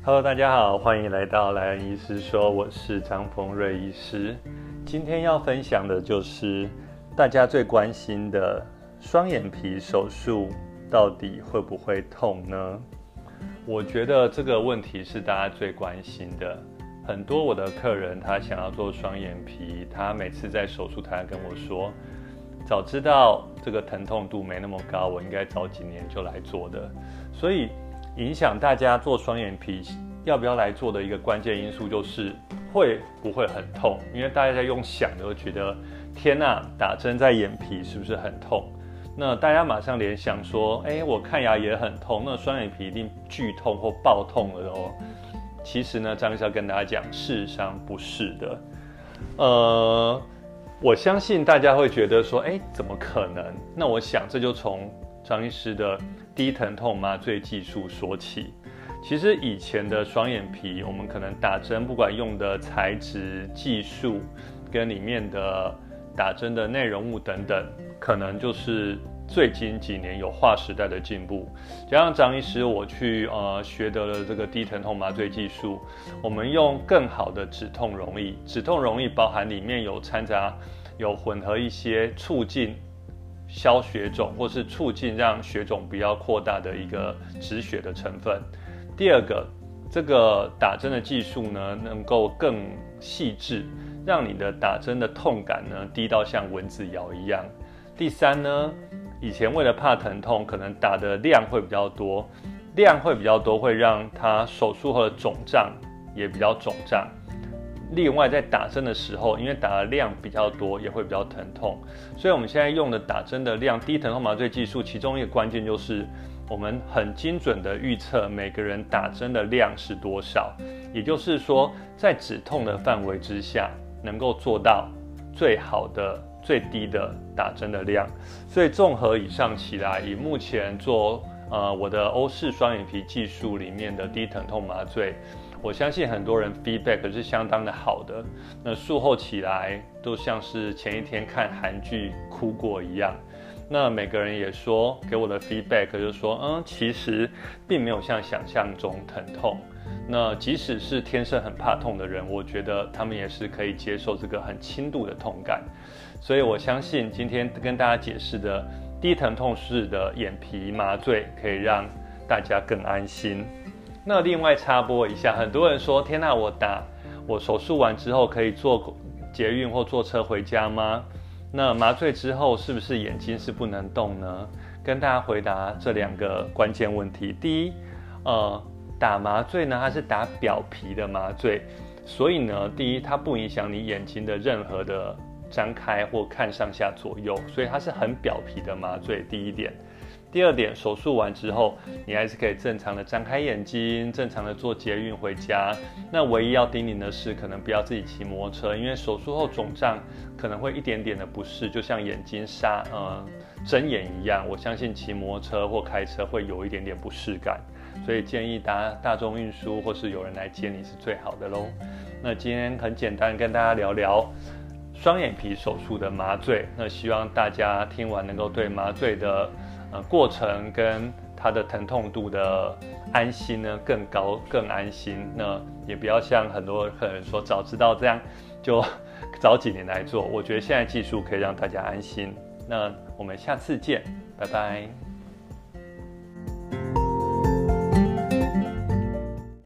Hello， 大家好，欢迎来到莱恩医师说，我是张丰瑞医师。今天要分享的就是大家最关心的双眼皮手术到底会不会痛呢？我觉得这个问题是大家最关心的。很多我的客人他想要做双眼皮，他每次在手术台跟我说，早知道这个疼痛度没那么高，我应该早几年就来做的。所以影响大家做双眼皮要不要来做的一个关键因素就是会不会很痛，因为大家在用想的都觉得天哪，打针在眼皮是不是很痛？那大家马上联想说，我看牙也很痛，那双眼皮一定剧痛或爆痛了哦。其实呢，张医师要跟大家讲，事实上不是的。我相信大家会觉得说，怎么可能？那我想这就从张医师的低疼痛麻醉技术说起。其实以前的双眼皮，我们可能打针，不管用的材质、技术跟里面的打针的内容物等等，可能就是最近几年有划时代的进步。加上张医师我去学得了这个低疼痛麻醉技术，我们用更好的止痛溶液，止痛溶液包含里面有掺杂有混合一些促进消血肿或是促进让血肿不要扩大的一个止血的成分。第二个，这个打针的技术呢，能够更细致，让你的打针的痛感呢低到像蚊子咬一样。第三呢，以前为了怕疼痛，可能打的量会比较多，会让它手术后的肿胀也比较肿胀。另外在打针的时候，因为打的量比较多，也会比较疼痛，所以我们现在用的打针的量，低疼痛麻醉技术，其中一个关键就是我们很精准的预测每个人打针的量是多少，也就是说在止痛的范围之下，能够做到最好的最低的打针的量。所以综合以上起来，以目前做我的欧式双眼皮技术里面的低疼痛麻醉，我相信很多人 feedback 是相当的好的，那术后起来都像是前一天看韩剧哭过一样。那每个人也说给我的 feedback 就是说，其实并没有像想象中疼痛。那即使是天生很怕痛的人，我觉得他们也是可以接受这个很轻度的痛感。所以我相信今天跟大家解释的低疼痛式的眼皮麻醉，可以让大家更安心。那另外插播一下，很多人说，天哪，我手术完之后可以坐捷运或坐车回家吗？那麻醉之后是不是眼睛是不能动呢？跟大家回答这两个关键问题。第一，打麻醉呢，它是打表皮的麻醉，所以呢，第一，它不影响你眼睛的任何的张开或看上下左右，所以它是很表皮的麻醉。第一点。第二点，手术完之后，你还是可以正常的张开眼睛，正常的坐捷运回家。那唯一要叮咛的是，可能不要自己骑摩托车，因为手术后肿胀可能会一点点的不适，就像眼睛睁眼一样。我相信骑摩托车或开车会有一点点不适感，所以建议搭大众运输或是有人来接你是最好的咯。那今天很简单跟大家聊聊双眼皮手术的麻醉，那希望大家听完能够对麻醉的过程跟它的疼痛度的安心呢更高更安心。那也不要像很多客人说，早知道这样就早几年来做。我觉得现在技术可以让大家安心。那我们下次见，拜拜。